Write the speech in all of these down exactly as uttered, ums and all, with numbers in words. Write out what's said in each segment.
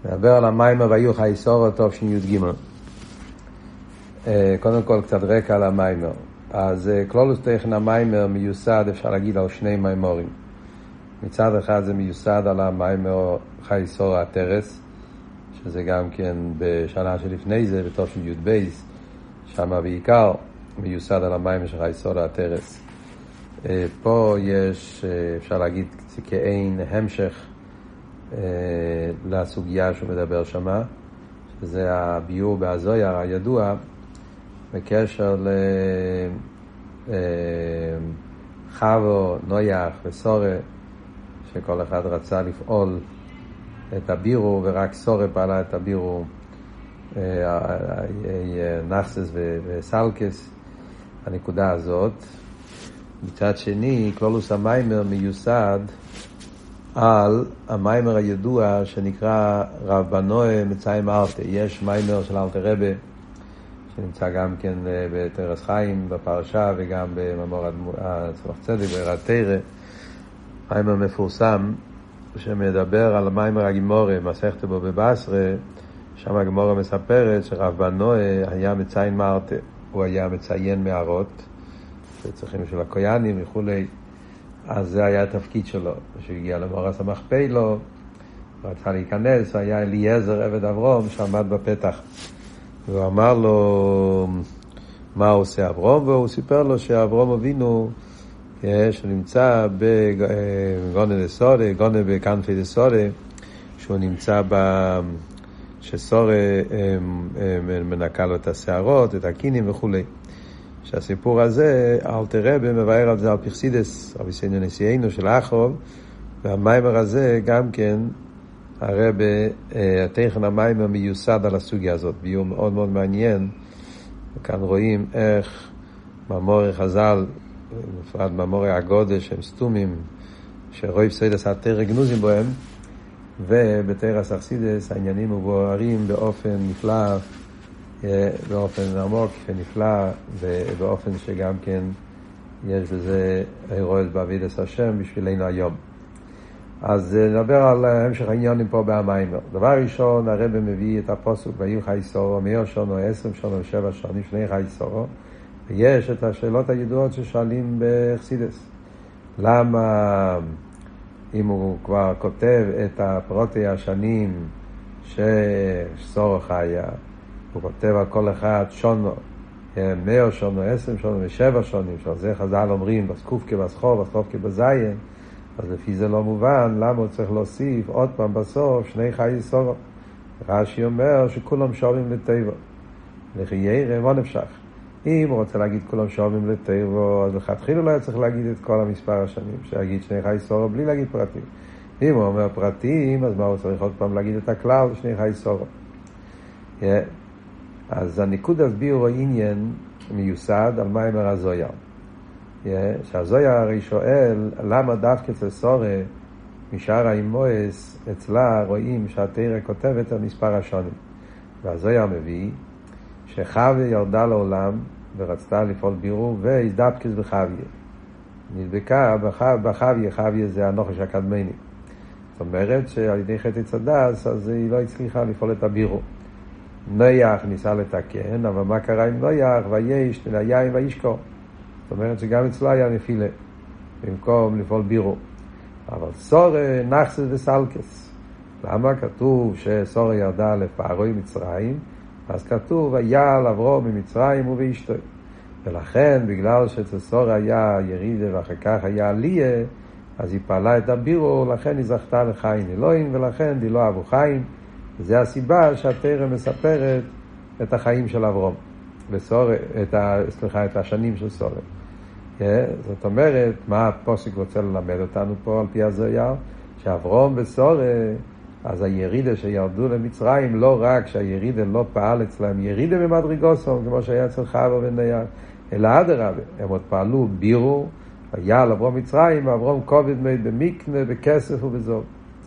נדבר על המיימר והיו חייסורו טוב שי"ג. קודם כל קצת רקע על המיימר. אז כלולוס תכן המיימר מיוסד, אפשר להגיד, על שני מיימורים. מצד אחד זה מיוסד על המיימר חייסורו הטרס, שזה גם כן בשנה שלפני זה, בתור של י' בייס, שם בעיקר מיוסד על המיימר של חייסורו הטרס. פה יש, אפשר להגיד, כאין המשך לסוגיה שהוא מדבר שמה, שזה הביור בהזויה הידוע בקשר לחבו, נויח וסורה, שכל אחד רצה לפעול את הבירו ורק סורה פעלה את הבירו, נחסס וסלקס, הנקודה הזאת. מצד שני, כלולוס המיימר מיוסד על המיימר הידוע שנקרא רב בנועה מצאים ארטה. יש מיימר של אלתר רבי שנמצא גם כן בתרס חיים בפרשה וגם במאמר הצמח צדק ביראת תורה, מיימר מפורסם שמדבר על המיימר הגימורה מסכת בו בבשרה. שם הגימורה מספרת שרב בנועה היה מצאים ארטה, הוא היה מציין מערות שצריכים של הכויאנים וכולי. אז זה היה התפקיד שלו. כשהוא הגיע למורס המכפלה, רצה להיכנס, היה אליעזר עבד אברום שעמד בפתח. והוא אמר לו מה עושה אברום, והוא סיפר לו שאברום אבינו, שהוא נמצא בגונה דסורה, גונה בקנפי דסורה, שהוא נמצא ב... שסורה מנקה לו את השערות, את הקינים וכולי. שהסיפור הזה, אלתר רבי מבאר על זה על פרסידס, רבי סיינו נשיאנו של אחרוב, והמיימר הזה גם כן, הרבי, התכן המיימר מיוסד על הסוגיה הזאת, ביור מאוד מאוד מעניין. וכאן רואים איך מאמורי חז"ל, בפרט מאמורי הגודש, הם סתומים, שרוב סיידס התרא גנוזים בהם, ובתרס אכסידס העניינים מבוארים באופן נפלא, באופן עמוק ונפלא, ובאופן שגם כן יש בזה הרועד בעבידת השם בשבילנו היום. אז נדבר על המשך העניינים פה במיימר. דבר ראשון, הרבי מביא את הפסוק ויהיו חייסורו מאה שנה, עשרים שנה ושבע שנים, שני חייסורו, ויש את השאלות הידועות ששואלים בחסידס. למה אם הוא כבר כותב את הפרוטי השנים שסורו חיה, הוא כותב על כל אחד שונו, מאה שונו, עשרים שונו ושבע שונים, שעל זה חז"ל אומרים, בסקופקה בסחור, בסחופקה בזיין, אז לפי זה לא מובן, למה הוא צריך להוסיף עוד פעם בסוף שני חייסורו? רש"י אומר שכולם שווים לטבע, לכי ירא מה נפשך. אם הוא רוצה להגיד כולם שווים לטבע, אז לכתחילה לא היה צריך להגיד את כל המספר השנים, שיגיד שני חייסורו בלי להגיד פרטים. אם הוא אומר פרטים, אז מה הוא צריך עוד פעם להגיד את הכלל, שני חייסורו? Yeah. אז הניקוד הסביר העניין מיוסד על מיימר הזויה. Yeah. שהזויה הרי שואל למה דווקא אצל סורה משאר האימוס אצלה רואים שהתורה כותבת על מספר השונים. והזויה מביא שחוויה ירדה לעולם ורצתה לפעול בירור והזדבקס בחוויה. נדבקה בחוויה, חוויה זה הנוחש הקדמני. זאת אומרת שעל ידי חטא צדס אז היא לא הצליחה לפעול את הבירור. נויח ניסה לתקן, אבל מה קרה עם נויח? ויש, היין וישקור. זאת אומרת שגם אצלו היה נפילה, במקום לפעול בירו. אבל סורה נחסס וסלקס. למה כתוב שסורה ירדה לפרעה מצרים? אז כתוב, ויעל אברום ממצרים ובאשתו. ולכן, בגלל שאצל סורה היה ירידה ואחר כך היה עלייה, אז היא פעלה את הבירו, לכן היא זכתה לחיים אלוהים, ולכן היא לא אבו חיים. זה הסיבה שהתורה מספרת את החיים של אברום בסורה, את ה, סליחה, את השנים של סורה. Yeah, זאת אומרת, מה הפוסק רוצה ללמד אותנו פה על פי הזויה? שאברום בסורה, אז הירידה שירדו למצרים, לא רק שהירידה לא פעל אצלם ירידה במדרגוסום, כמו שהיה אצל חווה ונויח, אלא אדרבה, הם עוד פעלו בירו, היה על אברום מצרים, אברום כובד מאוד במקנה, בכסף ובזוב.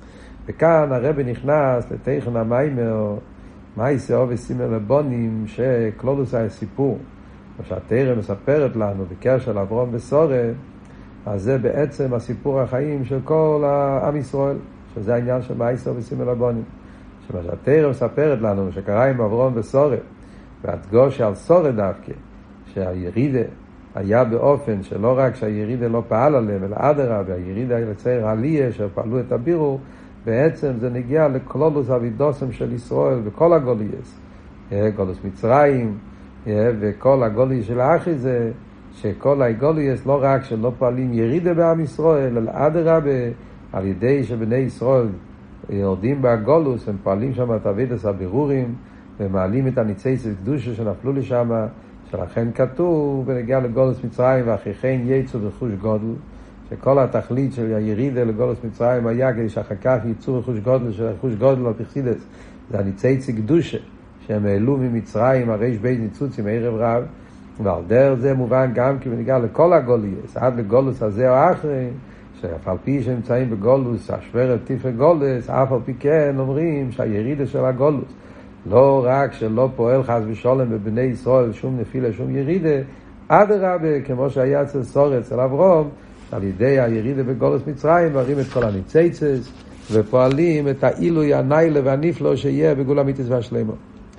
וכאן הרבי נכנס לתכן המיימר, מה יסעו וסימר לבונים, שכלולוס היה סיפור, מה שהתורה מספרת לנו בקשר של אברום וסורה, אז זה בעצם הסיפור החיים של כל העם ישראל, שזה העניין של מה יסעו וסימר לבונים. שמה שהתורה מספרת לנו שקרה עם אברהם וסורה, והדגוש על סורה דווקא, שהירידה היה באופן שלא רק שהירידה לא פעל עליהם, אלא אדרבה, והירידה לצייר עלייה שפעלו את הבירור, בעצם זה נגיע לכלולוס אבידוסם של ישראל בכל הגולייס, גולוס מצרים, וכל הגולייס של האחי זה, שכל הגולייס לא רק שלא פועלים ירידה בעם ישראל, אלא אדרבה, על ידי שבני ישראל יורדים בהגולוס, הם פועלים שם את אבידס הבירורים, ומעלים את הניצייצת קדושה שנפלו לי שם, שלכן כתוב ונגיע לגולוס מצרים ואחרי כן יצאו רכוש גודל, שכל התכלית של הירידה לגולוס מצרים היה כדי שאחר כך יצאו רכוש גודל, של רכוש גודל על פרסידס זה הניצייצת קדושה שהם העלו ממצרים הריש בית ניצוצים ערב רב, ועל דרך זה מובן גם כי ונגיע לכל הגולוס עד לגולוס הזה או אחרי, שאף על פי שנמצאים בגולוס השברת תפר גולוס, אף על פי כן אומרים שהירידה של הגולוס לא רק שלא פועל חס ושולם בבני ישראל שום נפילה, שום ירידה, אדרבה, כמו שהיה אצל סורה, אצל אברהם, על ידי הירידה בגולוס מצרים, מראים את כל הניצייצס, ופועלים את העילוי, הניילה והנפלא שיהיה בגאולה אמיתית והשלמה.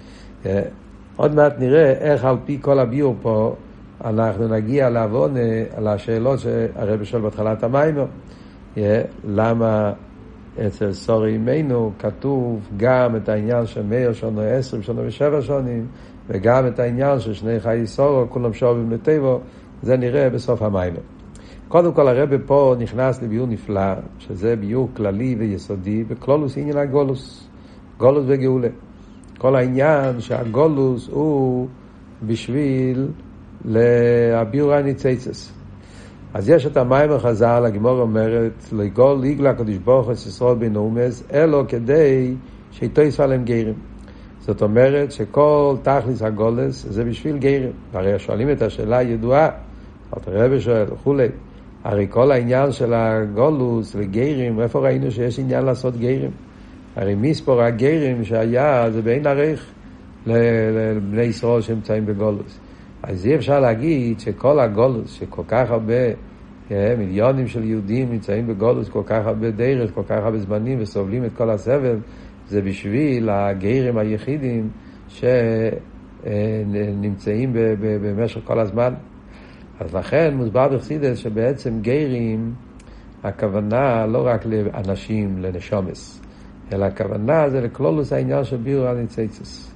עוד מעט נראה איך על פי כל הביור פה, אנחנו נגיע לעבוד על השאלות שהרב שואל בהתחלת המיימר. למה אצל סורה אימנו כתוב גם את העניין של מאיר שונה עשרים שונה ושבע שונים, וגם את העניין של שני חיי סורו, כולם שווים לטבע, זה נראה בסוף המיימר. קודם כל הרב פה נכנס לביור נפלא, שזה ביור כללי ויסודי, בכלולוס עניין הגולוס, גולוס וגאולה. כל העניין שהגולוס הוא בשביל להביאור הניצייצס. אז יש את המים החז"ל, הגמרא אומרת, לגול יגלה הקדוש ברוך הוא את ישראל בן אומץ, אלו כדי שיתויס עליהם גרים. זאת אומרת שכל תכלס הגולס זה בשביל גרים. הרי שואלים את השאלה הידועה, הרב שואל וכולי, הרי כל העניין של הגולוס לגרים, איפה ראינו שיש עניין לעשות גרים? הרי מספור הגרים שהיה זה בין ערך לבני ישראל שנמצאים בגולוס. אז אי אפשר להגיד שכל הגולוס, שכל כך הרבה מיליונים של יהודים נמצאים בגולוס, כל כך הרבה דרך, כל כך הרבה זמנים וסובלים את כל הסבל, זה בשביל הגרים היחידים שנמצאים במשך כל הזמן. אז לכן מוסבר בחסידות שבעצם גרים, הכוונה לא רק לאנשים, לנשומס, אלא הכוונה זה לכלולוס העניין של ביאור הניצייצס.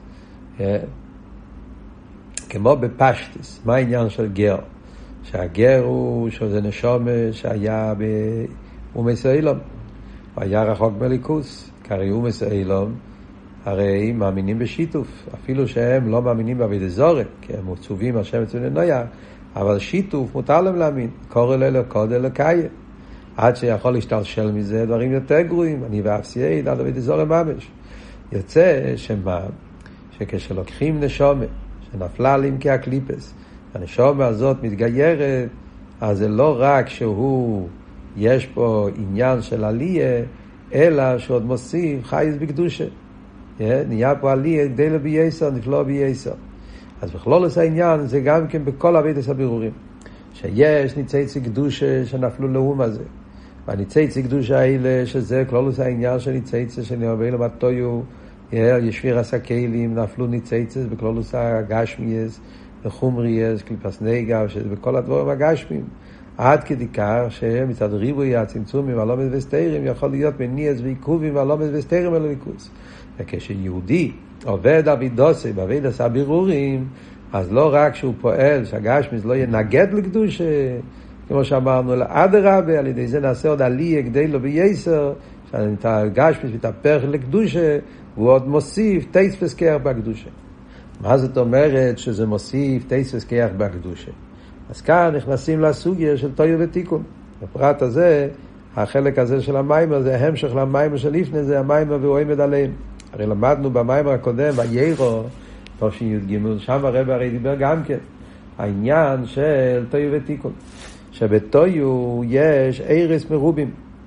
כמו בפשטס, מה העניין של גר? שהגר הוא שזה נשום שהיה באומס אילום, הוא היה רחוק מליכוס, כי אומס אילום הרי מאמינים בשיתוף, אפילו שהם לא מאמינים בעבודת זרה, כי הם מצווים השם אצל נויה, אבל שיתוף מותר להם להאמין, קורא לו קודל לקיים, עד שיכול להשתלשל מזה דברים יותר גרועים, אני ואפסייד עד עבודת זרה ממש. יוצא שמה, שכשלוקחים נשומה שנפלה עליהם כהקליפס, הנשומה הזאת מתגיירת, אז זה לא רק שהוא, יש פה עניין של עלייה, אלא שעוד מוסיף חייס בקדושה. נהיה פה עלייה, גדלה בייסר, נפלא בייסר. אז בכלולוס העניין זה גם כן בכל עבודת הבירורים. שיש ניצייצי קדושה שנפלו לאום הזה. והניצייצי קדושה האלה, שזה כלולוס העניין של ניצייצי שנראה למטויו, ישביר הסקלים, נפלו ניצייצס בכלולוס הגשמייס, וחומרייס, קליפס נגע, בכל הדברים הגשמיים. עד כדי כך שמצד ריבוי הצמצומים והלומד וסתירים יכול להיות מניאס ועיכובים והלומד וסתירים אלו עיקוס. וכשיהודי עובד אבידוסי בעבודת הבירורים, אז לא רק שהוא פועל שהגשמיס לא ינגד לקדושה, כמו שאמרנו, אדרבה, על ידי זה נעשה עוד עלייה כדי לו בייסר, שהגשמיס מתהפך לקדושה, והוא עוד מוסיף תייס וסכח בקדושה. מה זאת אומרת שזה מוסיף תייס וסכח בקדושה? אז כאן נכנסים לסוגיה של תויו ותיקון. בפרט הזה, החלק הזה של המיימר, זה המשך למיימר של לפני, זה המיימר ועומד עליהם. הרי למדנו במיימר הקודם, ביירו, תושין י"ג, שם הרב הרי דיבר גם כן, העניין של תויו ותיקון. שבתויו יש ערס מרובים.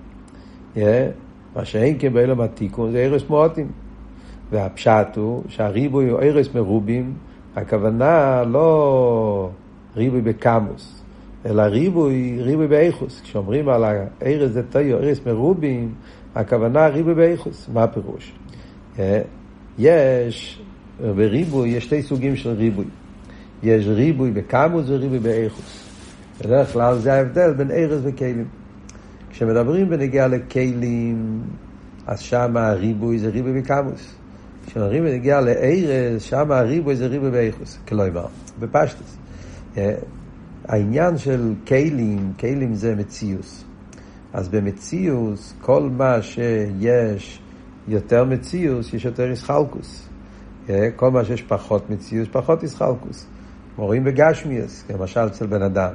מה שאין כן באילום התיקון, זה ערס מועטים. והפשט הוא שהריבוי הוא ערס מרובים, הכוונה לא ריבוי בקמוס, אלא ריבוי, ריבוי באיכוס. כשאומרים על הערס זה תויו, ערס מרובים, הכוונה ריבוי באיכוס. מה הפירוש? יש, בריבוי, יש שתי סוגים של ריבוי. יש ריבוי בכמות וריבוי באיכוס. בדרך כלל זה ההבדל בין ארז וכלים. כשמדברים בנגיע לכלים, אז שם הריבוי זה ריבוי בכמות. כשמדברים בנגיע לארז, שם הריבוי זה ריבוי באיכוס. כלומר, בפשטוס. העניין של כלים, כלים זה מציאוס. אז במציאוס, כל מה שיש יותר מציאוס, יש יותר ישחלקוס. כל מה שיש פחות מציאוס, פחות ישחלקוס. רואים בגשמיאס, למשל אצל בן אדם.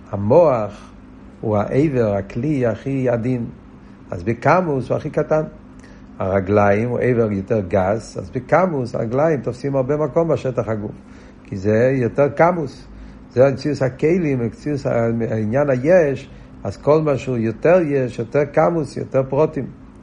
המוח הוא העבר, הכלי הכי עדין. אז בקמוס הוא הכי קטן. הרגליים הוא עבר יותר גס, אז בקמוס הרגליים תופסים הרבה מקום בשטח הגוף. כי זה יותר קמוס. זה המציאוס הכלים, המציאוס העניין היש, אז כל מה שהוא יותר יש, יותר קמוס, יותר פרוטים.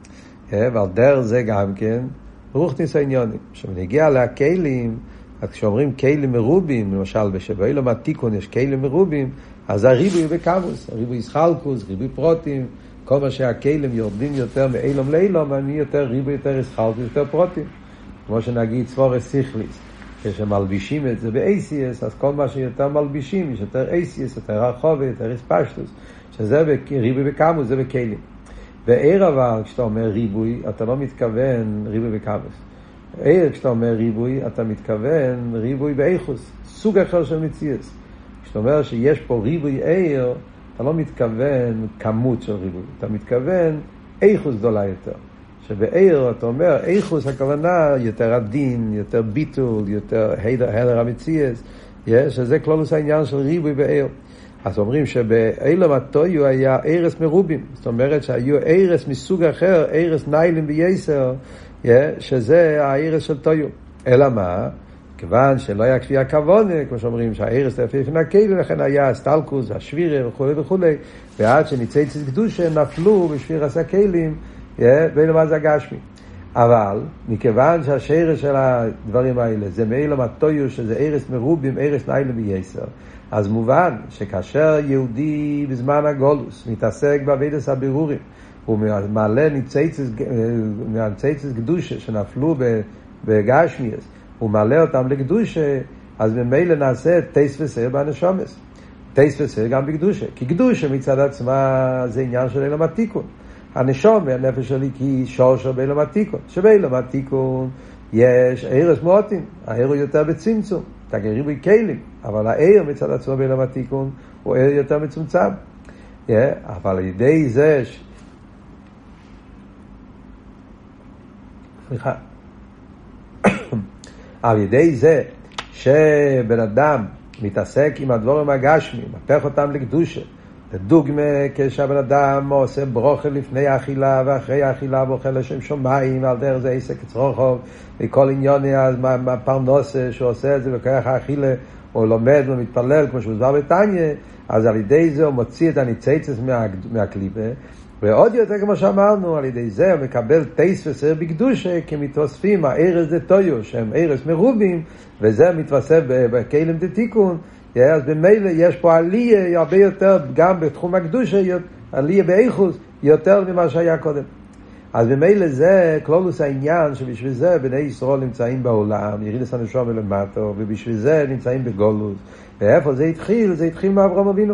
ועל דרך זה גם כן, רוחניס העניונים. כשנגיע לכלים, אז כשאומרים כלים מרובים, למשל בשבאילום התיקון יש כלים מרובים, אז הריבוי בקמוס, הריבוי ישחלקוס, ריבוי פרוטים, כל מה שהכלים יורדים יותר מאילום לאילום, אני יותר ריבוי, יותר ישחלקוס, יותר פרוטים. כמו שנגיד ספורס סיכליס, כשמלבישים את זה ב-אייסיאס, אז כל מה שיותר מלבישים, יש יותר אייסיאס, יותר רחוב, יותר יספשטוס, שזה ריבוי בקמוס, זה בכלים. בעיר אבל, כשאתה אומר ריבוי, אתה לא מתכוון ריבוי בקמוס. עיר, כשאתה אומר ריבוי, אתה מתכוון ריבוי באיכוס, סוג אחר של מציאס. כשאתה אומר שיש פה ריבוי עיר, אתה לא מתכוון כמות של ריבוי, אתה מתכוון איכוס גדולה יותר. שבעיר אתה אומר, איכוס הכוונה יותר עדין, יותר ביטול, יותר הדר המציאס, שזה כלולוס העניין של ריבוי בעיר. אז אומרים שבאילום התויו היה ערס מרובים, זאת אומרת שהיו ערס מסוג אחר, ערס ניילים בייסר, שזה הערס של תויו. אלא מה? כיוון שלא היה כפי הכוונה, כמו שאומרים שהערס לפי לפני הכלים, לכן היה הסטלקוס, השבירה וכו' וכו', ועד שניציצת קדושה נפלו בשבירת הכלים, באילום הזה הגשמי. אבל מכיוון שהשרש של הדברים האלה זה מאילום התויו, שזה ערס מרובים, ערס ניילים בייסר, אז מובן שכאשר יהודי בזמן הגולוס מתעסק בעבודת הבירורים, הוא מעלה ניצייצס קדושה שנפלו בגשמיאס, הוא מעלה אותם לקדושה, אז ממילא נעשה טייס וסר בנשומס. טייס וסר גם בקדושה, כי קדושה מצד עצמה זה עניין של אילום התיקון. הנשום, הנפש שלי כי שורשר באילום התיקון. שבאילום התיקון יש ערס מועטים, העיר הוא יותר בצמצום. תגרי בי כלים, אבל העיר מצד עצמו באילום התיקון הוא עיר יותר מצומצם. Yeah, אבל על ידי זה ש... סליחה. על ידי זה שבן אדם מתעסק עם הדבורים הגשמיים, מפך אותם לקדושה, לדוגמה כשהבן אדם עושה ברוכה לפני האכילה ואחרי האכילה ואוכל לשם שמיים, על דרך זה עסק צרוכוב וכל עניוני אז מהפרנוסה שהוא עושה את זה וכך האכילה הוא לומד ומתפלל כמו שהוא דבר בתניה, אז על ידי זה הוא מוציא את הניציצס מה, מהקליפה, ועוד יותר כמו שאמרנו, על ידי זה הוא מקבל טייס וסר בקדושה, כי מתווספים הערס דה טויו, שהם ערס מרובים, וזה מתווסף בכלים דה תיקון, אז במילא יש פה עלייה הרבה יותר, גם בתחום הקדושה, עלייה באיכוס, יותר ממה שהיה קודם. אז במילא זה כלולוס העניין, שבשביל זה בני ישראל נמצאים בעולם, ירידס הנשום ולמטו, ובשביל זה נמצאים בגולוס. ואיפה זה התחיל? זה התחיל מאברהם אבינו.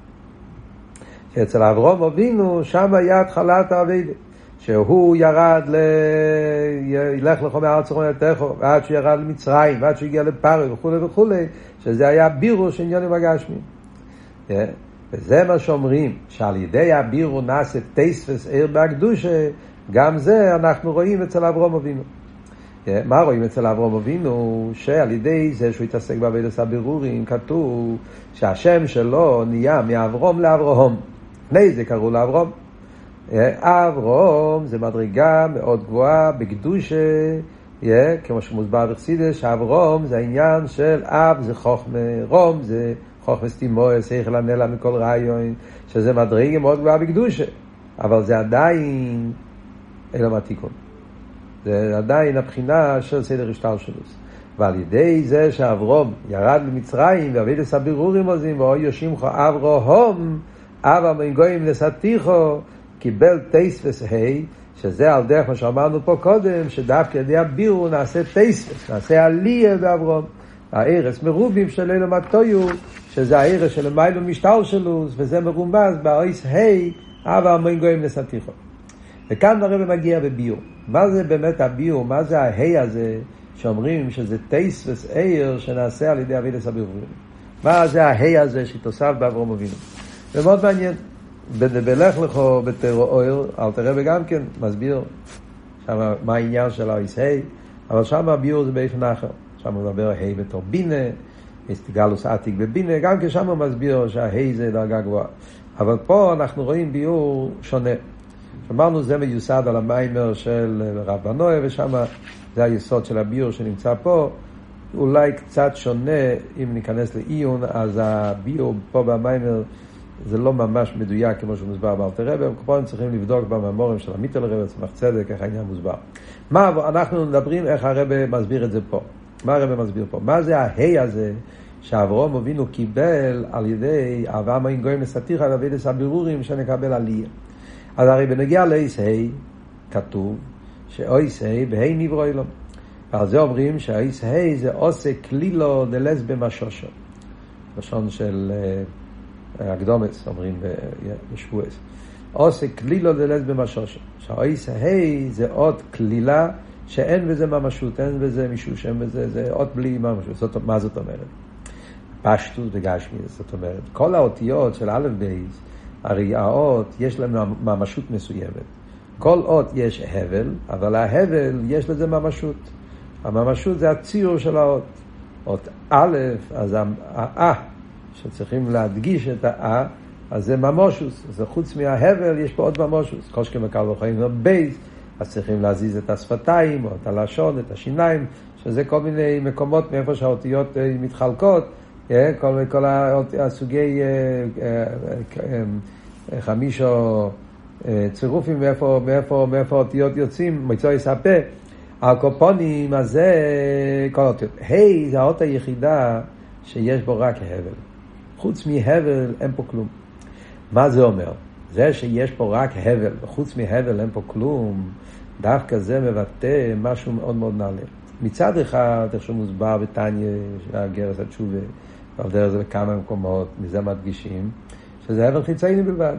שאצל אברהם אבינו, שם היה התחלת העבודה. שהוא ירד ל... ילך לכו מארץ זכרון לתכו, ועד שהוא ירד למצרים, ועד שהוא הגיע לפרעה וכו' וכו', שזה היה בירו של עניונים הגשמיים. וזה מה שאומרים, שעל ידי הבירו נעשה טייס וסעיר בהקדושה, גם זה אנחנו רואים אצל אברהם אבינו. מה רואים אצל אברהם אבינו? שעל ידי זה שהוא התעסק בעבודת הבירורים, כתוב שהשם שלו נהיה מאברהם לאברהם. לפני זה קראו לאברהם. אברהם זה מדרגה מאוד גבוהה בקדושה, כמו שמוסבר בחסידות, שאברהם זה העניין של אב זה חוכמה, רום זה חוכמה סתימוי, שכל הנעלה מכל רעיון, שזה מדרגה מאוד גבוהה בקדושה, אבל זה עדיין אילום התיקון, זה עדיין הבחינה של סדר השתלשלות. ועל ידי זה שאברהם ירד למצרים ועבודת הבירורים עושים ואוי יושימך אברהם אבא מגויים לסתיכו, קיבל טייס וסהי, שזה על דרך מה שאמרנו פה קודם, שדווקא ידי הבירו נעשה תייסס, נעשה עלייה באברום. הערס מרובים של אילו מתויו, שזה הערס של מיילו משטר שלו, וזה מרומז באויס היי, אבא המון גויים נסתיכו. וכאן הרב מגיע בביור. מה זה באמת הביור? מה זה ההי הזה שאומרים שזה תייסס עיר שנעשה על ידי אבידס הבירורים? מה זה ההי הזה שתוסף באברום אבינו? זה מאוד מעניין. בלך לכו בתרואויר, אל תראה וגם כן מסביר שם מה העניין של האויס היי, אבל שם הביור זה באיפן אחר. שם הוא מדבר היי בתור בינה, גלוס עתיק בבינה, גם כשם הוא מסביר שההי זה דרגה גבוהה. אבל פה אנחנו רואים ביור שונה. אמרנו זה מיוסד על המיימר של רב בנוי, ושם זה היסוד של הביור שנמצא פה. אולי קצת שונה, אם ניכנס לעיון, אז הביור פה במיימר זה לא ממש מדויק כמו שהוא מוסבר באלתר רבי, פה הם צריכים לבדוק במאמרים של המיטל רבי, צמח צדק, איך העניין מוסבר. מה, אנחנו מדברים איך הרבי מסביר את זה פה. מה הרבי מסביר פה? מה זה ההי הזה שאברהם אבינו קיבל על ידי אברהם המון גויים נסתיך על אבידס הבירורים שנקבל עלייה? אז הרי בנגיע לאיס ה' כתוב שאיס ה' בהי נברא אילום. ועל זה אומרים שהאיס ה' זה עושה כלילו דלס במשושו. לשון של הקדומס אומרים בשבועס. עושה כלילו דלס במשושו. שהאיס ה' זה עוד כלילה שאין בזה ממשות, אין בזה מישוש, אין בזה, זה עוד בלי ממשות. זאת, מה זאת אומרת? פשטוס וגשמי, זאת אומרת. כל האותיות של א' בייס, הרי האות יש להם ממשות מסוימת. כל אות יש הבל, אבל ההבל יש לזה ממשות. הממשות זה הציור של האות. אות א', אז האה, שצריכים להדגיש את האה, אז זה ממושוס. אז חוץ מההבל יש פה עוד ממושוס. כל שכם הקל וחיים בייס, אז צריכים להזיז את השפתיים, או את הלשון, את השיניים, שזה כל מיני מקומות מאיפה שהאותיות מתחלקות, כל, כל הסוגי חמישו צירופים, מאיפה, מאיפה, מאיפה האותיות יוצאים, מצוא יספה, הקופונים, אז זה כל האותיות. היי, זה האות היחידה שיש בו רק הבל. חוץ מהבל אין פה כלום. מה זה אומר? זה שיש פה רק הבל, וחוץ מהבל אין פה כלום, דווקא זה מבטא משהו מאוד מאוד נעלה. מצד אחד, איך שהוא מוסבר בתניה, שהגרס התשובה, ועל דרך זה בכמה מקומות, מזה מדגישים, שזה הבל חיצייני בלבד.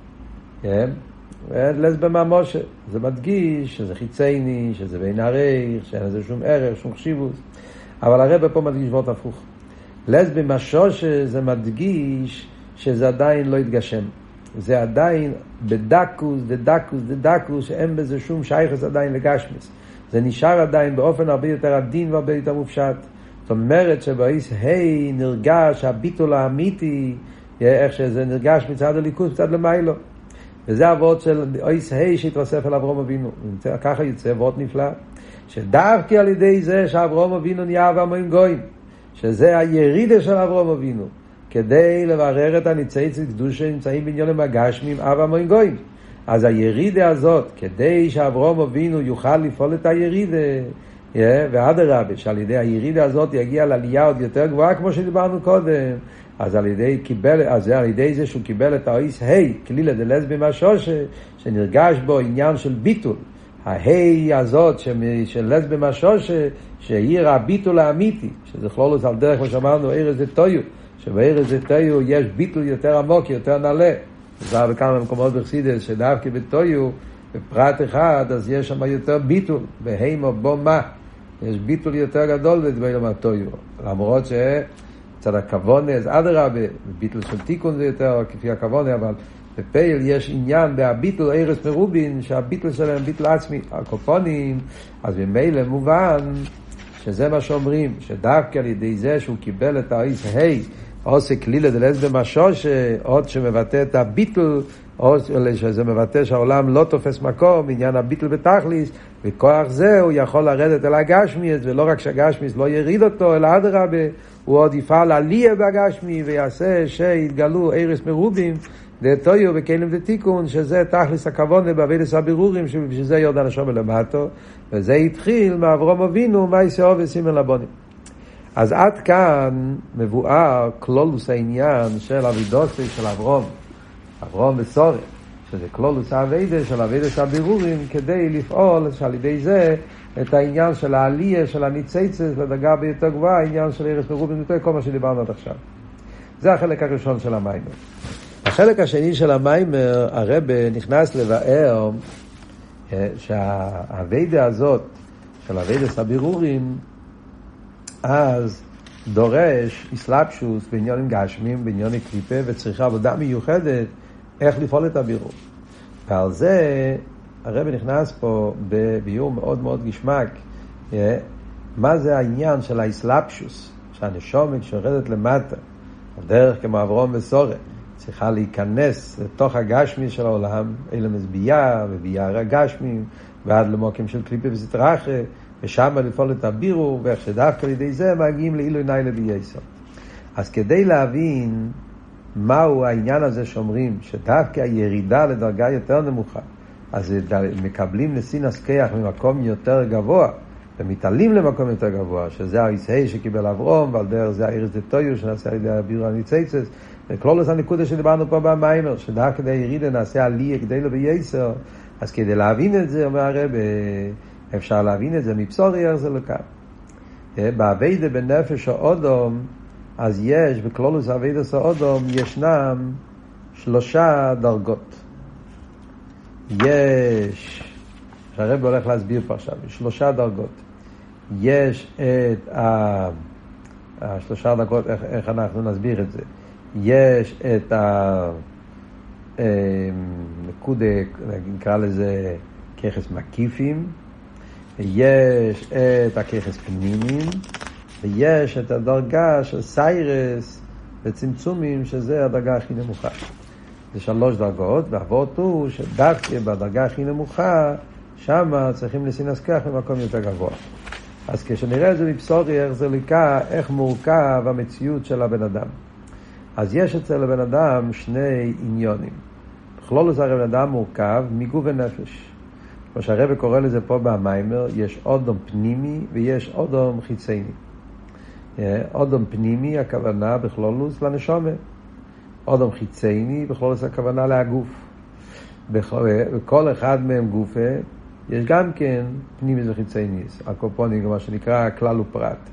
כן? ולס בממושה, זה מדגיש שזה חיצייני, שזה בין ערך, שאין לזה שום ערך, שום חשיבות. אבל הרב פה מדגיש וort הפוך. לס במשושה זה מדגיש שזה עדיין לא יתגשם. זה עדיין בדקוס, דדקוס, דדקוס, שאין בזה שום שייכס עדיין לגשמס. זה נשאר עדיין באופן הרבה יותר עדין והרבה יותר מופשט. זאת אומרת שבאיס היי נרגש הביטול האמיתי, איך שזה נרגש מצד הליכוס, מצד למיילו. וזה הוות של איס היי שהתווסף אל אברהם אבינו. ככה יוצא וות נפלא. שדווקא על ידי זה שאברהם אבינו נהיה אברהם המון גויים. שזה הירידה של אברהם אבינו. כדי לברר את הניצייצת קדושה שנמצאים בעניינים הגשמיים אבא המון גויים. אז הירידה הזאת, כדי שאברהם אבינו יוכל לפעול את הירידה, ואדרבה, שעל ידי הירידה הזאת יגיע לעלייה עוד יותר גבוהה, כמו שדיברנו קודם, אז על ידי, קיבל, אז על ידי זה שהוא קיבל את האיס היי, כלילה דלס במשושה, שנרגש בו עניין של ביטול. ההי הזאת של לס במשושה, שהיא הביטול האמיתי, שזה כלולוס על דרך, כמו שאמרנו, ערס זה טויו. שבערס זה טויו יש ביטול יותר עמוק, יותר נעלה. זה בכמה מקומות בחסידות, שדווקא בטויו, בפרט אחד, אז יש שם יותר ביטול, בהימו בו מה. יש ביטול יותר גדול בדברים הטויו. למרות שצד הכוונה, אז אדרבה, ביטול של תיקון זה יותר כפי הכוונה, אבל בפייל יש עניין בהביטול ערס מרובין, שהביטול שלהם ביטול עצמי, הקופונים, אז במילא מובן, שזה מה שאומרים, שדווקא על ידי זה שהוא קיבל את האיס היי, עושה כלילה דלס במשוש, עוד שמבטא את הביטל, או שזה מבטא שהעולם לא תופס מקום, עניין הביטל בתכליס, וכוח זה הוא יכול לרדת אל הגשמיס, ולא רק שהגשמיס לא יריד אותו, אלא אדרבה, הוא עוד יפעל עלייה בגשמי, ויעשה שיתגלו ערס מרובים, דתויו וכלים דתיקון, שזה תכליס הכוונה בעבודת הבירורים, שבשביל יורד הנשום למטו, וזה התחיל מאברהם אבינו, מייסאו וסימן לבונים. אז עד כאן מבואר כלולוס העניין של אבידוסי של אברהם, אברהם וסורה, שזה כלולוס העבודה של עבודת הבירורים, כדי לפעול על ידי זה את העניין של העלייה של הניצייצת לדרגה ביותר גבוהה, העניין של ערש מרובים יותר, כל מה שדיברנו עד עכשיו. זה החלק הראשון של המיימר. החלק השני של המיימר, הרב נכנס לבאר שהעבודה הזאת של עבודת הבירורים אז דורש אסלאפשוס בעניינים גשמיים, בענייני קליפה, וצריכה עבודה מיוחדת איך לפעול את הבירור. ועל זה הרב נכנס פה בביור מאוד מאוד גשמק, מה זה העניין של האסלאפשוס, שהנשומת שיורדת למטה, הדרך כמו אברהם וסורה, צריכה להיכנס לתוך הגשמי של העולם, אלה מזביעה וביער הגשמיים, ועד למוקים של קליפה וסטרחה, ושם לפעול את הבירור, ואיך שדווקא לידי זה מגיעים לאילו ניילה בייסר. אז כדי להבין מהו העניין הזה שאומרים, שדווקא הירידה לדרגה יותר נמוכה, אז מקבלים נסין הסכיח ממקום יותר גבוה, ומתעלים למקום יותר גבוה, שזה הישהי שקיבל אברום, ועל דרך זה האירס דתויו, שנעשה על ידי הבירור הניצייצס, וכלולוס הנקודה שדיברנו פה במיימר, שדווקא כדי הירידה נעשה עליה כדי לו בייסר, אז כדי להבין את זה, אומר הרב, אפשר להבין את זה מבשורי איך זה לכאן. בעבודה בנפש האודום, אז יש, בכלולוס העבודה האודום, ישנם שלושה דרגות. יש, שהרב הולך להסביר פה עכשיו, שלושה דרגות. יש את ה... השלושה דרגות, איך, איך אנחנו נסביר את זה. יש את ה... נקודה, נקרא לזה ככס מקיפים, יש את הככס פנימיים, ויש את הדרגה של סיירס וצמצומים, שזה הדרגה הכי נמוכה. זה שלוש דרגות, והעבוד הוא שדווקא בדרגה הכי נמוכה, שם צריכים לסינס-כח במקום יותר גבוה. אז כשנראה את זה מבשורי, איך זה ליקה, איך מורכב המציאות של הבן אדם. אז יש אצל הבן אדם שני עניונים. בכלולוס הרי בן אדם מורכב מגוף ונפש. כמו שהרב קורא לזה פה במיימר, יש אודום פנימי ויש אודום חיצייני. אודום פנימי הכוונה בכלולוס לנשומה. אודום חיצייני בכלולוס הכוונה להגוף. בכל אחד מהם גופה יש גם כן פנימי וחיצייני. הקופונים, מה שנקרא כלל ופרט.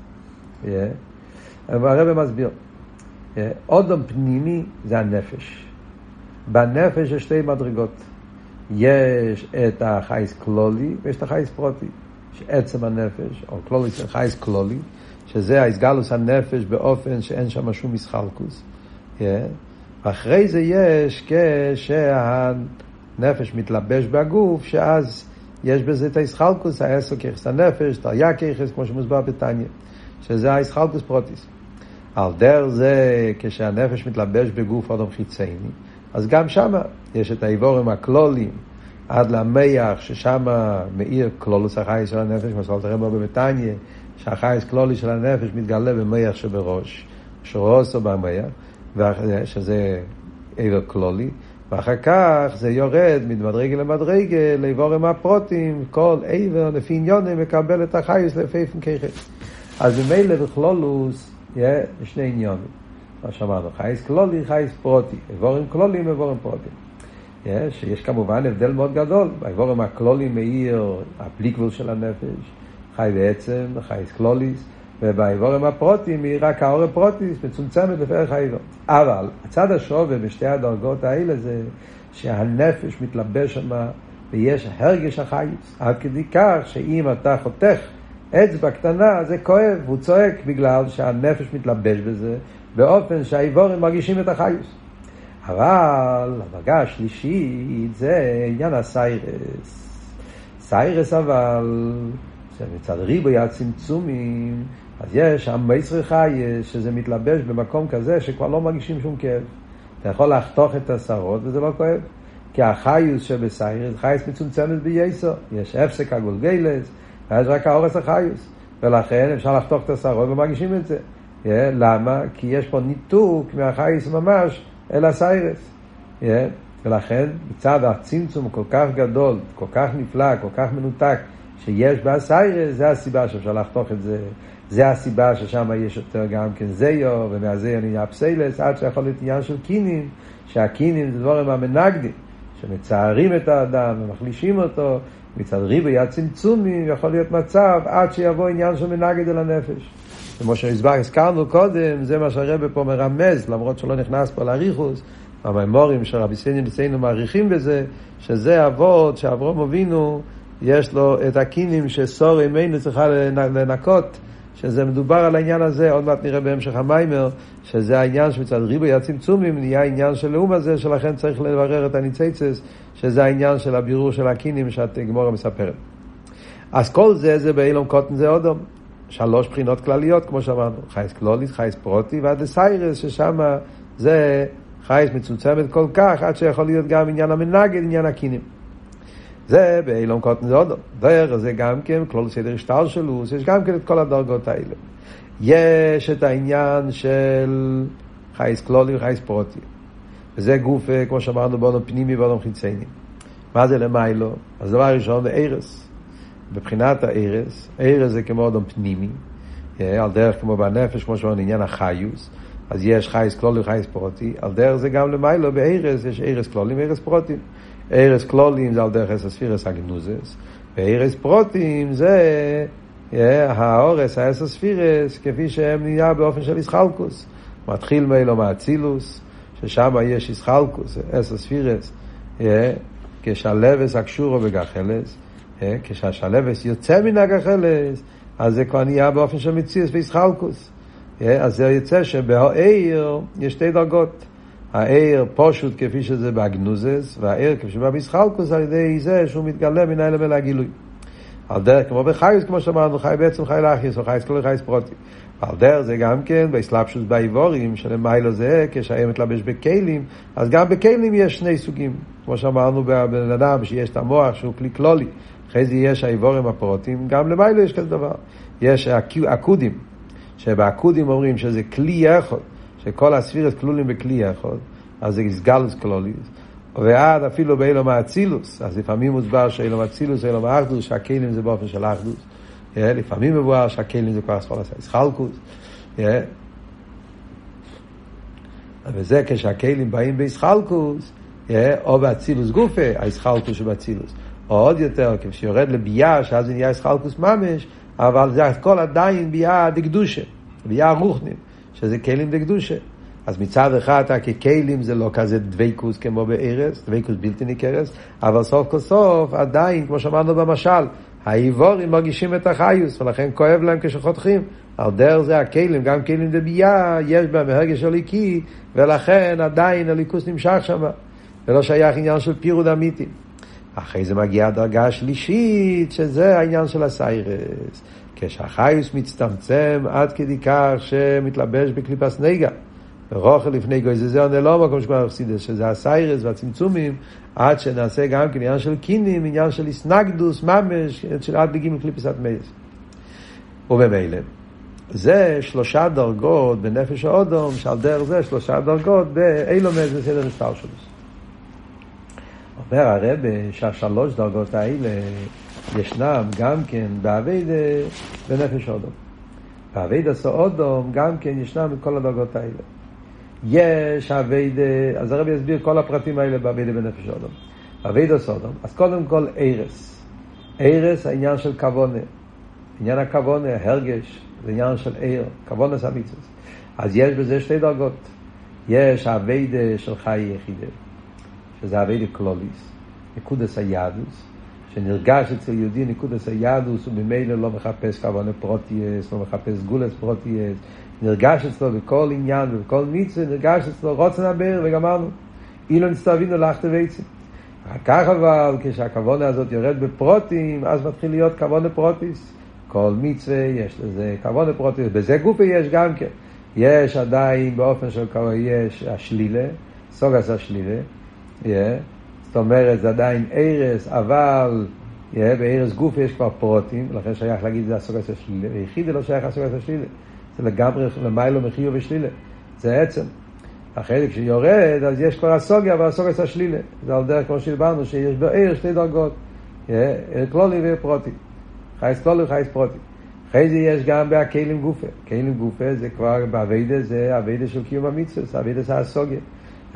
והרב מסביר. אודום פנימי זה הנפש. בנפש יש שתי מדרגות. יש את החייס כלולי ויש את החייס פרוטי. שעצם הנפש, או כלולי זה חייס כלולי, שזה ההסגלוס הנפש באופן שאין שם שום מסחלקוס. אחרי זה יש כשהנפש מתלבש בגוף, שאז יש בזה את ההסחלקוס, העשר ככס הנפש, תריה ככס, כמו שמוסבר בתניא, שזה ההסחלקוס פרוטיס. על דרך זה, כשהנפש מתלבש בגוף אדם חיצייני, אז גם שם יש את האיבורים הכלולים, עד למח, ששם מאיר כלולוס החייס של הנפש, מסורת הרב בבתניא, שהחייס כלולי של הנפש מתגלה במח שבראש, שרוסו במח, שזה איבר כלולי, ואחר כך זה יורד מדרגה למדרגה, לאיבורים הפרוטים, כל איבר לפי עניונים מקבל את החייס לפי ככס. אז במילא בכלולוס, יש שני עניונים. מה שאמרנו, חייס כלולי, חייס פרוטי. איבורים כלולים, איבורים פרוטים. יש, יש כמובן הבדל מאוד גדול. האיבורים הכלולים מאיר הפליקבול של הנפש, חי בעצם, חייס כלוליס, ובאיבורים הפרוטים מאיר רק האור הפרוטיס, מצומצמת לפרח האיבור. אבל הצד השווה בשתי הדרגות האלה זה שהנפש מתלבש שמה, ויש הרגש החייס. עד כדי כך שאם אתה חותך אצבע קטנה, זה כואב, הוא צועק בגלל שהנפש מתלבש בזה, באופן שהאיבורים מרגישים את החייס. אבל הדרגה השלישית זה עניין הסיירס. סיירס אבל, שמצד ריבוי הצמצומים, אז יש המייסר חייס, שזה מתלבש במקום כזה שכבר לא מרגישים שום כאב. אתה יכול לחתוך את השרות וזה לא כואב. כי החייס שבסיירס, חייס מצומצמת בייסר. יש הפסק הגולגלס, ואז רק האורס החייס. ולכן אפשר לחתוך את השרות ומרגישים את זה. Yeah, למה? כי יש פה ניתוק מהחייס ממש אל הסיירס. Yeah, ולכן מצד הצמצום כל כך גדול, כל כך נפלא, כל כך מנותק שיש בסיירס, זה הסיבה שאפשר לחתוך את זה. זה הסיבה ששם יש יותר גם כן זיו, ומהזיו נהיה פסיילס, עד שיכול להיות עניין של קינים, שהקינים זה דברים המנגדים, שמצערים את האדם ומחלישים אותו, מצד ריבוי הצמצומים יכול להיות מצב עד שיבוא עניין של מנגד אל הנפש. כמו שהזכרנו קודם, זה מה שהרבא פה מרמז, למרות שלא נכנס פה לאריכוס, המיימורים של רבי סייני לסיינו מעריכים בזה, שזה אבות שאברהם אבינו יש לו את הקינים שסור ימינו צריכה לנקות, שזה מדובר על העניין הזה, עוד מעט נראה בהמשך המיימר, שזה העניין שמצד ריבוי הצמצומים נהיה העניין של לאום הזה, שלכן צריך לברר את הניציצס, שזה העניין של הבירור של הקינים שאת גמורה מספרת. אז כל זה זה באילום קוטן זה אודום, שלוש בחינות כלליות כמו שאמרנו, חייס כלולית, חייס פרוטי ועד הסיירס, ששם זה חייס מצומצמת כל כך, עד שיכול להיות גם עניין המנגד, עניין הקינים. זה באילום קוטן זה אודום. דרך זה גם כן, כלול סדר שטר שלו, יש גם כן את כל הדרגות האלה. יש את העניין של חייס כלולי וחייס פרוטי. וזה גוף, כמו שאמרנו, באודום פנימי ובאודום חיצייני. מה זה למיילו? אז דבר ראשון, זה ערס. בבחינת הערס, ערס זה כמו אודום פנימי, על דרך כמו בנפש, כמו שאמרנו, עניין החיוס. אז יש חייס כלולי וחייס פרוטי. על דרך זה גם למיילו, בערס יש ערס כלולי וערס פרוטי. ערס כלולים זה על דרך הספירס הגנוזס, וערס פרוטים זה האורס, האס הספירס, כפי שהם נהיה באופן של ישחלקוס. מתחיל מאילו מהצילוס, ששם יש ישחלקוס, אס הספירס, כשהלבס הקשורו בגחלס, כשהשלבס יוצא מן הגחלס, אז זה כבר נהיה באופן של מציאס וישחלקוס. אז זה יוצא שבעיר יש שתי דרגות. העיר פשוט כפי שזה בהגנוזס, והעיר כפי שבא בישחלקוס על ידי זה שהוא מתגלה מן האלה ולהגילוי. על דרך כמו בחייס, כמו שאמרנו, חי בעצם חי לאחיס, או חייס כולי חייס פרוטי. על דרך זה גם כן, בהסלאפשוס באיבורים, שלמיילו זה, כשהעיר מתלבש בכלים, אז גם בכלים יש שני סוגים. כמו שאמרנו בבן אדם, שיש את המוח שהוא כלי כלולי, אחרי זה יש האיבורים הפרוטים, גם למיילו יש כזה דבר. יש הקודים, שבעקודים אומרים שזה כלי אחד, שכל הספירס כלולים בכלי אחד, אז זה גלגלוס כלוליס. ועד אפילו באילום האצילוס, אז לפעמים מוסבר שאילום האצילוס, אילום האחדוס, שהכלים זה באופן של האחדוס. לפעמים מבואר שהכלים זה כבר סחול ישחלקוס. וזה כשהכלים באים בישחלקוס, או באצילוס גופה, הישחלקוס שבאצילוס. או עוד יותר, כשיורד לבייה, שאז זה נהיה ישחלקוס ממש, אבל זה הכל עדיין בייה דקדושה, בייה רוחנים. שזה כלים דקדושה. אז מצד אחד, ככלים זה לא כזה דוויקוס כמו בערס, דוויקוס בלתי ניכרס, אבל סוף כל סוף, עדיין, כמו שאמרנו במשל, האיבורים מרגישים את החיוס, ולכן כואב להם כשחותכים. על דרך זה הכלים, גם כלים דבייה, יש בהם הרגש הליקי, ולכן עדיין הליכוס נמשך שם, ולא שייך עניין של פירוד אמיתי. אחרי זה מגיעה הדרגה השלישית, שזה העניין של הסיירס. כשהחיוס מצטמצם עד כדי כך שמתלבש בקליפס נגע. ורוכל לפני גוי, זה זה עונה לא מקום שכבר החסידס, שזה הסיירס והצמצומים, עד שנעשה גם עניין של קינים, עניין של הסנגדוס, ממש, של עד בגימל קליפסת מייס. ובמילא, זה שלושה דרגות בנפש האודום, שעל דרך זה שלושה דרגות באילומס בסדר מספר שלוש. אומר הרב שהשלוש דרגות האלה ישנם גם כן בעבודה בנפש האודום. בעבודה סאודום גם כן ישנם את כל הדרגות האלה. יש עבודה, אז הרב יסביר כל הפרטים האלה בעבודה בנפש האודום. בעבודה סאודום, אז קודם כל ערס. ערס העניין של כוונה. עניין הכוונה, הרגש, זה עניין של עיר, כוונה סמיצוס. אז יש בזה שתי דרגות. יש עבודה של חיי יחידה, שזה עבודה כלוליס, נקודס היהדוס, שנרגש אצל יהודי נקודס היהדוס, ובמילא לא מחפש כוונה פרוטייס, לא מחפש גולס פרוטייס, נרגש אצלו בכל עניין ובכל מצווה, נרגש אצלו רוצן הבאר, וגמרנו, אילו נצטרבינו לאחת ויצים. אחר כך אבל, כשהכוונה הזאת יורד בפרוטים, אז מתחיל להיות כוונה פרוטיס. כל מצווה יש לזה כוונה פרוטיס, בזה גופה יש גם כן. יש עדיין באופן של כוונה, יש השלילה, סוגס השלילה, yeah. זאת אומרת, זה עדיין ערס, אבל yeah, בערס גוף יש כבר פרוטים, לכן שייך להגיד זה הסוגס השלילה, ויחיד לא שייך הסוגס השלילה, זה לגמרי למיילו מחיו ושלילה, זה עצם. אחרי זה כשיורד, אז יש כבר הסוגיה והסוגס השלילה, זה על דרך כמו שדיברנו, שיש בערס שתי דרגות, yeah, כלולי ופרוטי, חייס כלולי וחייס פרוטי. אחרי זה יש גם בהכלים גופה, כלים גופה זה כבר בעבודה, זה עבודה של קיום המצווה, עבודה זה הסוגיה.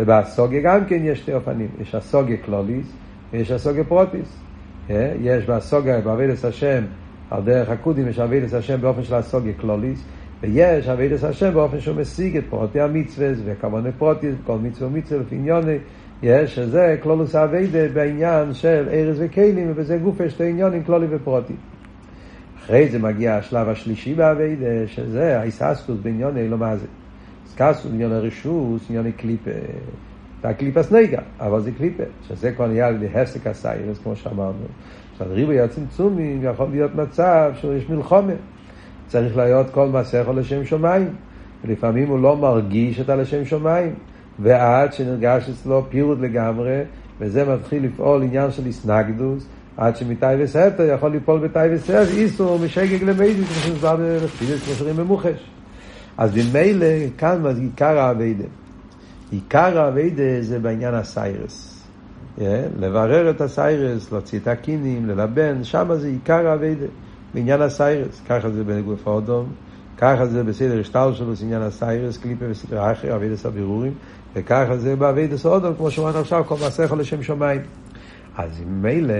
ובסוגיה גם כן יש שתי אופנים, יש הסוגיה קלוליס ויש הסוגיה פרוטיס. יש בסוגיה בעבודת השם על דרך הקודים, יש עבודת השם באופן של הסוגיה קלוליס, ויש עבודת השם באופן שהוא משיג את פרוטי המצווה וכמובן פרוטיס, כל מצווה ומצווה לפי עניוני, יש שזה כלולוס העבודה בעניין של ארז וכלים, ובזה גוף יש שתי עניונים כלולי ופרוטי. אחרי זה מגיע השלב השלישי בעבודה, שזה האיססקוס בעניוני לא מה זה. איססקוס בעניוני רשוס, עניוני קליפה. והקליפה סנגה, אבל זה קליפה, שזה כבר נהיה לידי הפסק הסיירס, כמו שאמרנו. שהדריבו הצמצומים יכול להיות מצב שיש מלחומה. צריך להיות כל מסכו לשם שמיים. ולפעמים הוא לא מרגיש את הלשם שמיים. ועד שנרגש אצלו פירוט לגמרי, וזה מתחיל לפעול עניין של איסנגדוס, עד שמתי וסתר יכול ליפול בתי וסתר, איסור משגג למיידי, כמו שנסבר בפילס, כמו שרים במוחש. אז במילא, כאן עיקר העבודה. עיקר העבודה זה בעניין הסיירס. Yeah, לברר את הסיירס, להוציא את הקינים, ללבן, שם זה עיקר העבודה. בעניין הסיירס, ככה זה בגוף האדום, ככה זה בסדר השטל שלו, זה עניין הסיירס, קליפה וסדר אחר, עבודת הבירורים, וככה זה בעבודת האדום, כמו שאומרת עכשיו, כל מעשיך לשם שמיים. אז מילא,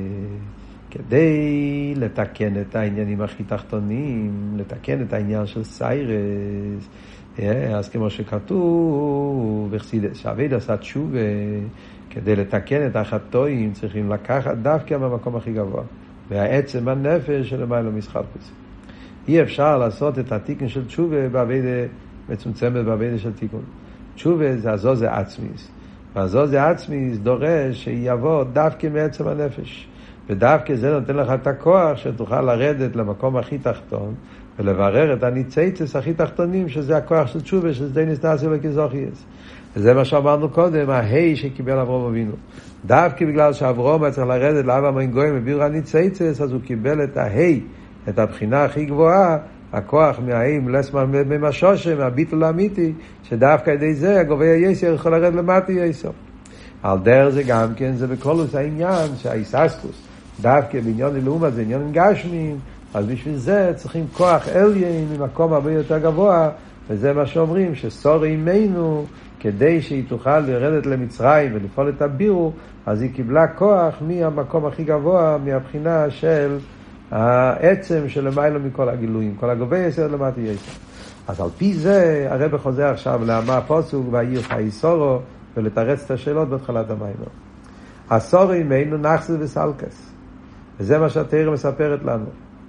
כדי לתקן את העניינים הכי תחתונים, לתקן את העניין של סיירס, אז כמו שכתוב, שעבד עשה תשובה, כדי לתקן את החטאים, צריכים לקחת דווקא מהמקום הכי גבוה, והעצם הנפש של למעלה מסחלקוס. אי אפשר לעשות את התיקון של תשובה בעבודה מצומצמת, בעבודה של תיקון. תשובה זה הזוזה עצמיס. והזוזה עצמיס דורש שיבוא דווקא מעצם הנפש. ודווקא זה נותן לך את הכוח שתוכל לרדת למקום הכי תחתון, ולברר את הניציצס הכי תחתונים, שזה הכוח של תשובה, שזה די נסנסי לכזוכייס. וזה מה שאמרנו קודם, ההי שקיבל אברהם אבינו. דווקא בגלל שאברהם היה צריך לרדת לאבא מן גויים וביור הניציצס, אז הוא קיבל את ההי, את הבחינה הכי גבוהה, הכוח מהאים לסמן ממשושם, מהביטול האמיתי, שדווקא ידי זה הגובי היסר יכול לרד למטה יסר. על דרך זה גם כן, זה בקולוס העניין שהאיססקוס, דווקא בעניין אלומה זה עניין גשמים, אז בשביל זה צריכים כוח אליין ממקום הרבה יותר גבוה, וזה מה שאומרים, שסור אימנו, כדי שהיא תוכל לרדת למצרים ולפעול את הבירו, אז היא קיבלה כוח מהמקום הכי גבוה, מהבחינה של העצם של למעלה מכל הגילויים, כל הגובי יסר למטה יסר. אז על פי זה הרב חוזר עכשיו לאמה הפוסוק והעיר חיי סורו, ולתרץ את השאלות בהתחלת המים. הסורו אימנו נחסו וסלקס. וזה מה שהתורה מספרת לנו.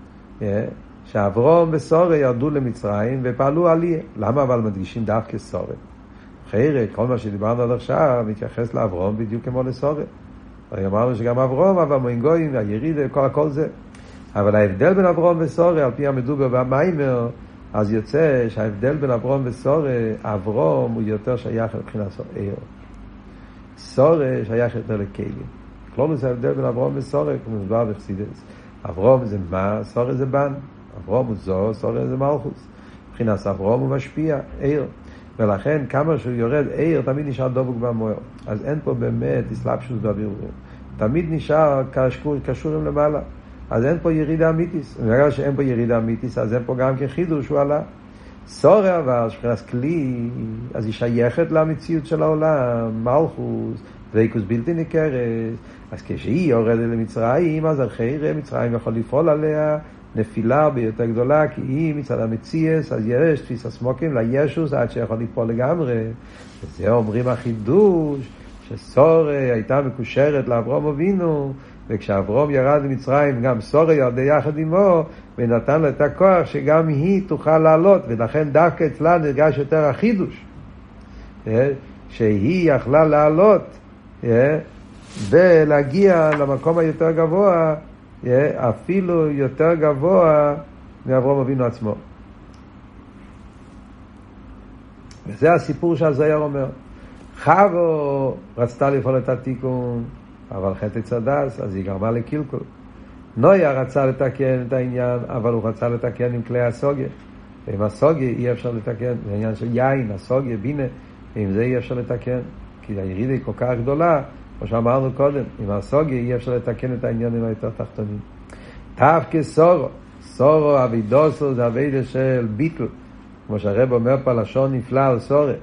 שאברהם וסורו ירדו למצרים ופעלו עליה. למה אבל מדגישים דווקא סורו? אחרת, כל מה שדיברנו עד עכשיו מתייחס לאברהם בדיוק כמו לסורו. אמרנו שגם אברהם, אבל מוינגויים, היריד, כל, הכל זה. אבל ההבדל בין אברהם וסורו, על פי המדובר והמיימר, אז יוצא שההבדל בין אברהם וסורו, אברהם הוא יותר שייך לבחינת סורו. סורו שייך יותר לכלים. כלומר זה ההבדל בין אברהם וסורו, כמו מסבר בחסידות. אברהם זה מה? סורו זה בן. אברהם הוא זו, סורו זה מלכוס. מבחינת אברהם הוא משפיע, עיר. ולכן כמה שהוא יורד עיר, תמיד נשאר דבוק במוער. אז אין פה באמת הסלבשות בבירורים. תמיד נשאר קשור, קשורים למעלה. אז אין פה ירידה אמיתיס. בגלל שאין פה ירידה אמיתיס, אז אין פה גם כחידוש הוא עלה. סורו אבל, שכנס כלי, אז היא שייכת למציאות של העולם, מלכוס, דבקות בלתי ניכרת. אז כשהיא יורדת למצרים, אז אחרי מצרים יכול לפעול עליה נפילה ביותר גדולה, כי היא מצד המציאס, אז יש תפיס הסמוקים לישוס עד שיכול לפעול לגמרי. וזה אומרים החידוש, שסורו הייתה מקושרת לאברהם אבינו, וכשאברהם ירד למצרים, גם סורו ירדה יחד עמו, ונתן לה את הכוח שגם היא תוכל לעלות, ולכן דווקא אצלה נרגש יותר החידוש, שהיא יכלה לעלות, ולהגיע למקום היותר גבוה, אפילו יותר גבוה מאברהם אבינו עצמו. וזה הסיפור שהזוהר אומר. חווה רצתה לפעול את התיקון, אבל חטא צדס, אז היא גרמה לקלקול. נויה רצה לתקן את העניין, אבל הוא רצה לתקן עם כלי הסוגיה. ועם הסוגיה אי אפשר לתקן, זה העניין של יין, הסוגיה, בינה, ועם זה אי אפשר לתקן, כי הירידה היא כל כך גדולה, כמו שאמרנו קודם, עם הסוגיה אי אפשר לתקן את העניינים היותר תחתונים. דווקא סורו, סורו אבידוסו זה אבידה של ביטל, כמו שהרב אומר פה לשון נפלא על סורו,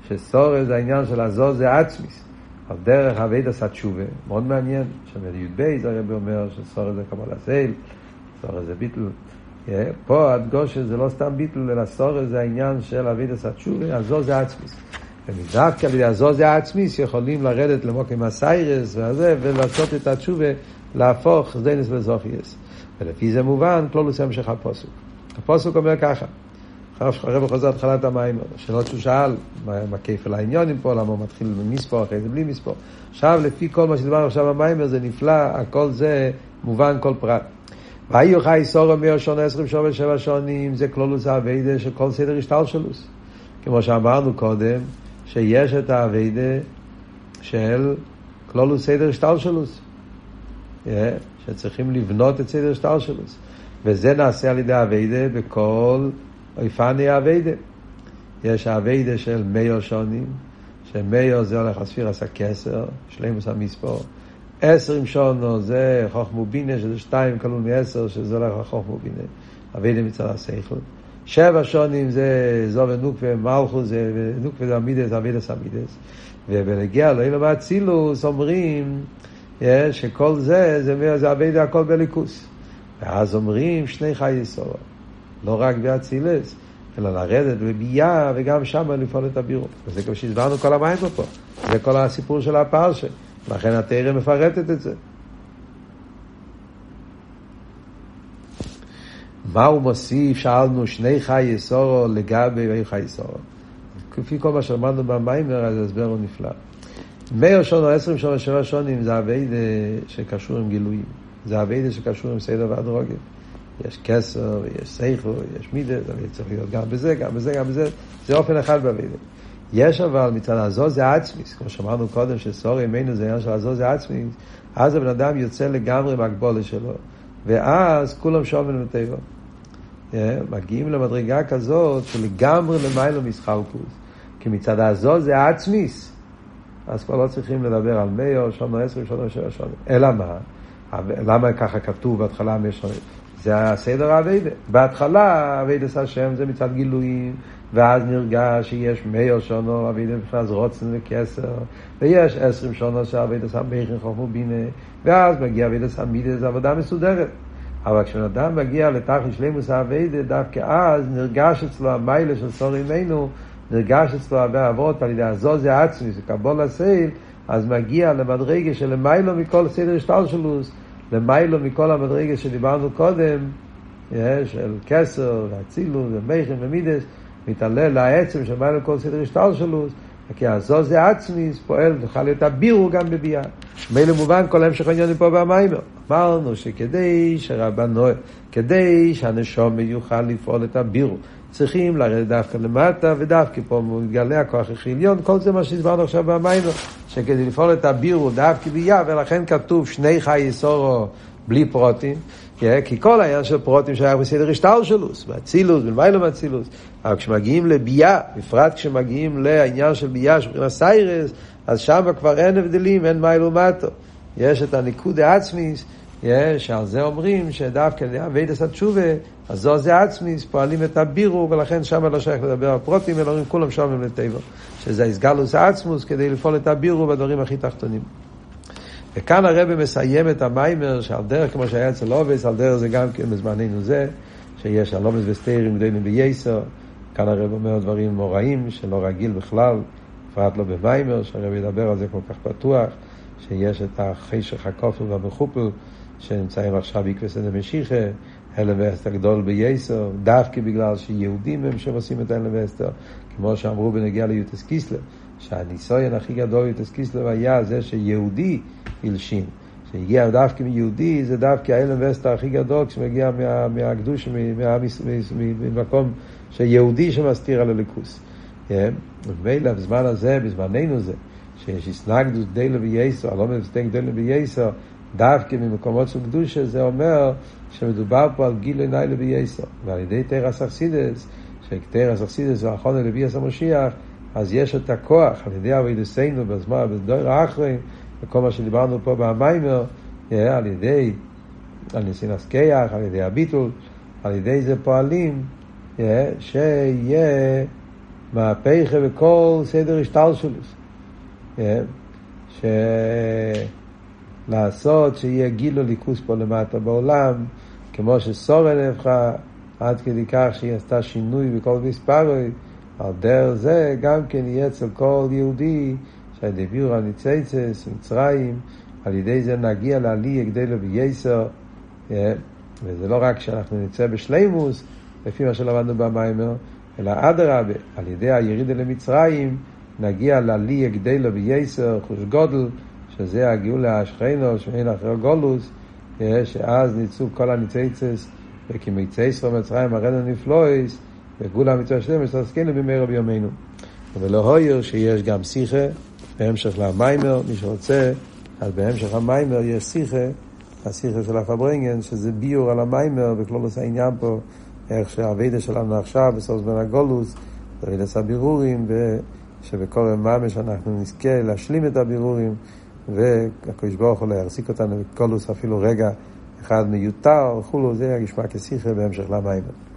שסורס זה העניין של הזוז זה עצמיס, על דרך אביידס התשובה, מאוד מעניין, שמדיוד בייז הרבי אומר שסורס זה קבלה סייל, סורס זה ביטל, פה הדגושה זה לא סתם ביטל, אלא סורס זה העניין של אביידס התשובה, הזוז זה עצמיס. ומדווקא על ידי הזוז זה עצמיס יכולים לרדת למוקם הסיירס וזה, ולעשות את התשובה, להפוך זדנס לזוכייס. ולפי זה מובן, כלולוס המשך הפוסוק. הפוסוק אומר ככה, הרב חוזר התחלת המים, שאלות שהוא שאל, מה כיפל העניונים פה, למה הוא מתחיל במספור, אחרי זה בלי מספור. עכשיו, לפי כל מה שדברנו עכשיו במים, זה נפלא, הכל זה מובן כל פרט. והיו חי סורו מאה שונה עשרים שנה ושבע שונים, זה כלולוס העבודה של כל סדר השתלשלוס. כמו שאמרנו קודם, שיש את העבודה של כלולוס סדר השתלשלוס. שצריכים לבנות את סדר השתלשלוס. וזה נעשה על ידי העבודה בכל אופני העבודה. יש העבודה של מאה שונים, שמאה זה הולך לספירס הכסר, שלמוס המספור. עשרים שונו זה חוכמה בינה, שזה שתיים כלול מעשר, שזה הולך לחוכמה בינה. עבודה מצד השכל. שבע שונים זה זו ונוקווה מלכו, זה ונוקווה זה עמידס, עמידס עמידס. ובנגיע לאילו מהצילוס אומרים שכל זה, זה, זה עבודה הכל בליכוס. ואז אומרים שני חיי סורו. לא רק באצילס, אלא לרדת בבייה, וגם שם לפעול את הבירו. וזה כמו שהסברנו כל המים פה. זה כל הסיפור של הפרשה. לכן התורה מפרטת את זה. מה הוא מוסיף? שאלנו שני חיי סורו לגבי ואי חיי סורו. כפי כל מה שאמרנו במים, אז ההסבר הוא נפלא. מאה שנה, עשרים שנה, שבע שנים, זה עבודה שקשור עם גילויים. זה עבודה שקשור עם סדר והדרוגים. יש כסר, יש שכל, יש מידס, אבל צריך להיות גם בזה, גם בזה, גם בזה. זה אופן אחד בעבודה. יש אבל מצד הזו זה עצמיס, כמו שאמרנו קודם, שסורי ימינו זה עניין של הזו זה עצמיס, אז הבן אדם יוצא לגמרי מהגבולה שלו, ואז כולם שומעים מטבע. מגיעים למדרגה כזאת שלגמרי למיילו מסחלקוס, כי מצד הזו זה עצמיס, אז כבר לא צריכים לדבר על מאה, או שונה עשרים, שונה שבע שונה. אלא מה? למה ככה כתוב בהתחלה משונה? זה הסדר העבודה. בהתחלה עבודת השם זה מצד גילויים, ואז נרגש שיש מאה שנה עבודה בפרס רוצן וכסר, ויש עשרים שנה שעבודת המכין חוכמה בינה, ואז מגיע עבודת המידה, זה עבודה מסודרת. אבל כשאדם מגיע לתכלית שלמות העבודה, דווקא אז נרגש אצלו המיילה של סור ימינו, נרגש אצלו הרבה אבות על ידי הזוז העצמי, זה קבול הסייל, אז מגיע למדרגה של מיילו מכל סדר השתלשלוס, למיילו מכל המדרגה שדיברנו קודם, של כסר והצילוס ומכין ומידס, מתעלה לעצם של מיילו כל סדר השתלשלוס, כי הזוז זה עצמי, פועל וחל להיות הבירו גם בביאה. מיילו מובן כל המשך העניינים פה במיימר. אמרנו שכדי שרבנו, כדי שהנשום יוכל לפעול את הבירו, צריכים לרדת דווקא למטה, ודווקא פה מתגלה הכוח החיליון, כל זה מה שהסברנו עכשיו במיימר, שכדי לפעול את הבירו דווקא ביאה, ולכן כתוב שני חיי סורו בלי פרוטים, כי כל העניין של פרוטים שהיה בסדר השתלשלוס, מהצילוס, ולמיילו מהצילוס, אבל כשמגיעים לביאה, בפרט כשמגיעים לעניין של ביאה, שבחינת סיירס, אז שם כבר אין הבדלים, אין מיילו מטו. יש את הניקוד העצמיס, שעל זה אומרים שדווקא לעבודת התשובה, אז זו זה עצמיס, פועלים את הבירו, ולכן שם לא שייך לדבר על פרוטים, אלא אומרים כולם שומעים לטבע, שזה הסגלוס העצמוס, כדי לפעול את הבירו בדברים הכי תחתונים. וכאן הרב מסיים את המיימר, שעל דרך כמו שהיה אצל אובס, על דרך זה גם כן בזמננו זה, שיש על אובס וסתירים גדולים בייסר, כאן הרב אומר דברים נוראים, שלא רגיל בכלל, פרט לא במיימר, שהרב ידבר על זה כל כך פתוח, שיש את החשך הכופל והמחופל, שנמצאים עכשיו בקבסת המשיחה, הלם ואסתר גדול בייסר, דווקא בגלל שיהודים הם שעושים את הלם ואסתר, כמו שאמרו בנגיע ליוטס קיסלר, שהניסויין הכי גדול ליוטס קיסלר היה זה שיהודי הלשין, שהגיע דווקא מיהודי, זה דווקא הלם ואסתר הכי גדול, כשמגיע מה, מהקדוש, ממקום שיהודי שמסתיר על הליכוס. ובמילה, בזמן הזה, בזמננו זה, שיש הסנגדוס דילה וייסר, לא מבסתק דילה וייסר, דווקא ממקומות של קדושה, זה אומר שמדובר פה על גילוי נילה וייסר. ועל ידי תרס אכסידס, שתרס אכסידס הוא האחרון לביאס המשיח, אז יש את הכוח, על ידי עבודתנו בזמן, בדור האחרון, וכל מה שדיברנו פה במיימר, על ידי, על ניסין הסקייח, על ידי הביטול, על ידי זה פועלים, שיהיה מהפכה וכל סדר השתלשלוס. שלעשות שיהיה גילו ליכוס פה למטה בעולם, כמו שסורה נפחה, עד כדי כך שהיא עשתה שינוי בכל מספרוי, על דרך זה גם כן יהיה אצל כל יהודי, שהדבירו הניצייצס, מצרים, על ידי זה נגיע לעלי הגדלו בייסר, וזה לא רק שאנחנו נצא בשלימוס, לפי מה שלמדנו במיימר, אלא אדרבה, על ידי הירידה למצרים, נגיע לעלי הגדלו בייסר, חוש גודל, שזה הגאולה השכינו, שאין אחר גולוס, שאז ניצאו כל הניצייצס, וכי מצייסר מצרים הרדן נפלויס, וגאולה מצווה שלם, שתעסקנו במהרה בימינו. ולא הויר שיש גם שיחה, בהמשך למיימר, מי שרוצה, אז בהמשך המיימר יש שיחה, השיחה של הפברנגן, שזה ביור על המיימר, וכלולוס העניין פה, איך שהעבודה שלנו עכשיו, בסוף זמן הגולוס, זה עבודת הבירורים, ושבכל ממש אנחנו נזכה להשלים את הבירורים, והקדוש ברוך הוא להחזיק אותנו בקולוס אפילו רגע אחד מיותר, וכולו זה ישמע כשיחה בהמשך למיימר.